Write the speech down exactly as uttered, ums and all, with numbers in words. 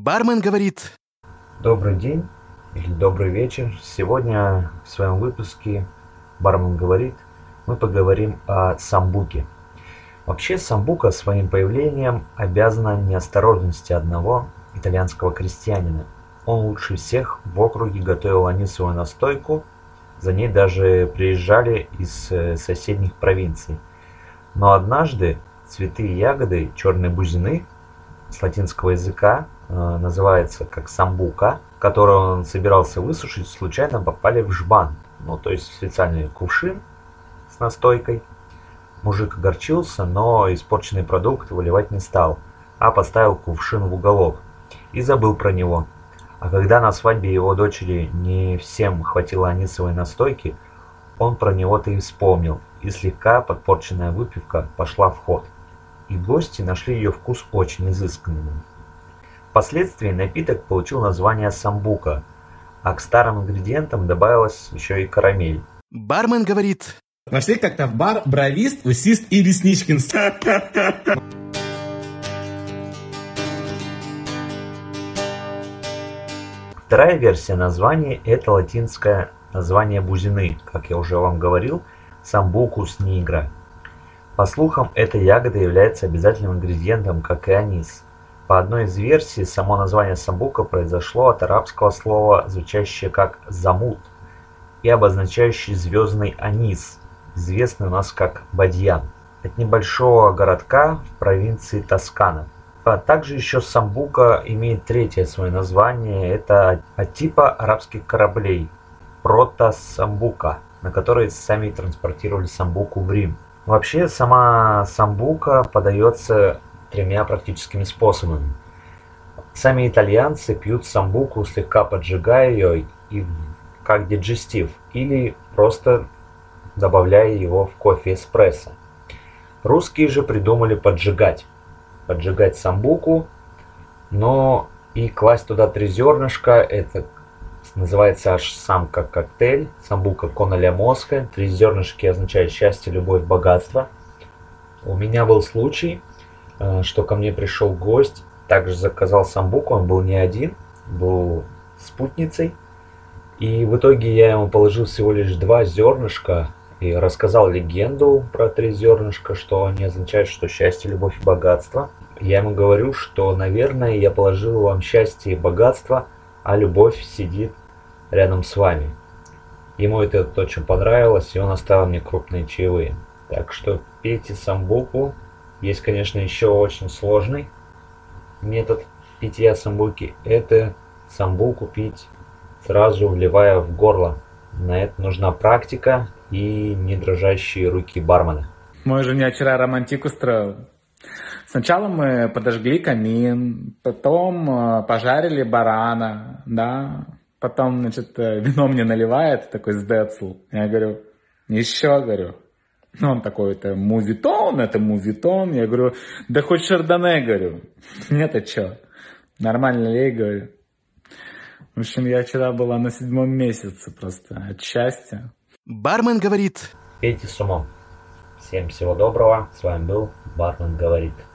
Бармен говорит. Добрый день или добрый вечер. Сегодня в своем выпуске «Бармен говорит» мы поговорим о самбуке. Вообще самбука своим появлением обязана неосторожности одного итальянского крестьянина. Он лучше всех в округе готовил анисовую настойку, за ней даже приезжали из соседних провинций. Но однажды цветы и ягоды черной бузины с латинского языка э, называется как самбука, которую он собирался высушить, случайно попали в жбан, ну то есть в специальный кувшин с настойкой. Мужик огорчился, но испорченный продукт выливать не стал, а поставил кувшин в уголок и забыл про него. А когда на свадьбе его дочери не всем хватило анисовой настойки, он про него-то и вспомнил, и слегка подпорченная выпивка пошла в ход. И гости нашли ее вкус очень изысканным. Впоследствии напиток получил название самбука, а к старым ингредиентам добавилась еще и карамель. Бармен говорит. Пошли как-то в бар бровист, усист и ресничкин. Вторая версия названия – это латинское название бузины, как я уже вам говорил, самбукус нигра. По слухам, эта ягода является обязательным ингредиентом, как и анис. По одной из версий, само название самбука произошло от арабского слова, звучащее как «замут» и обозначающее звездный анис, известный у нас как бадьян, от небольшого городка в провинции Тоскана. А также еще самбука имеет третье свое название, это от типа арабских кораблей прото-самбука, на которые сами транспортировали самбуку в Рим. Вообще сама самбука подается тремя практическими способами. Сами итальянцы пьют самбуку, слегка поджигая ее и как диджестив, или просто добавляя его в кофе эспрессо. Русские же придумали поджигать. Поджигать самбуку, но и класть туда три зернышка, это называется аж сам как коктейль, самбука con la mosca, три зернышки означает счастье, любовь, богатство. У меня был случай, что ко мне пришел гость, также заказал самбуку, он был не один, был спутницей, и в итоге я ему положил всего лишь два зернышка и рассказал легенду про три зернышка, что они означают, что счастье, любовь и богатство. Я ему говорю, что, наверное, я положил вам счастье и богатство, а любовь сидит рядом с вами. Ему это очень понравилось, и он оставил мне крупные чаевые. Так что пейте самбуку. Есть, конечно, еще очень сложный метод питья самбуки. Это самбуку пить сразу вливая в горло. На это нужна практика и не дрожащие руки бармена. Мой жене вчера романтик устроил. Сначала мы подожгли камин, потом пожарили барана, да, потом, значит, вино мне наливает, такой сдецл. Я говорю, еще, говорю. Ну, он такой, это мувитон, это мувитон. Я говорю, да хоть шардоне, говорю. Нет, а что? Нормально лей, говорю. В общем, я вчера была на седьмом месяце просто от счастья. Бармен говорит. Пейте с умом. Всем всего доброго. С вами был Бармен говорит.